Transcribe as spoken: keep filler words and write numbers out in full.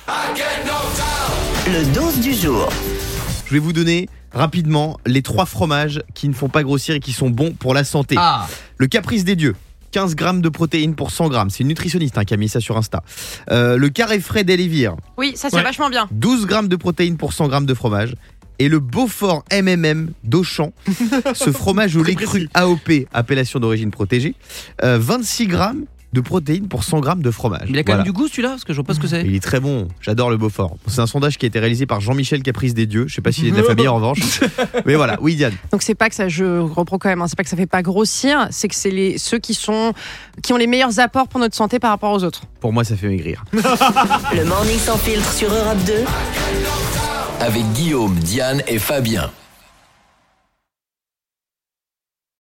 Le dose du jour. Je vais vous donner rapidement les trois fromages qui ne font pas grossir et qui sont bons pour la santé. Ah. Le Caprice des Dieux, quinze grammes de protéines pour cent grammes. C'est une nutritionniste hein, qui a mis ça sur Insta. Euh, le Carré Frais d'Elévire, Oui, ça c'est Ouais. vachement bien. douze grammes de protéines pour cent grammes de fromage. Et le Beaufort M M M d'Auchan, ce fromage au lait cru A O P, appellation d'origine protégée, euh, vingt-six grammes de protéines pour cent grammes de fromage. Il a quand Voilà. même du goût celui-là, parce que je vois pas ce que c'est. Il est très bon, j'adore le Beaufort. C'est un sondage qui a été réalisé par Jean-Michel Caprice des Dieux. Je sais pas s'il est de la famille en revanche. Mais voilà, oui Diane. Donc c'est pas que ça, je reprends quand même, hein, c'est pas que ça fait pas grossir, c'est que c'est les ceux qui sont qui ont les meilleurs apports pour notre santé par rapport aux autres. Pour moi ça fait maigrir. Le Morning Sans Filtre sur Europe deux. Avec Guillaume, Diane et Fabien.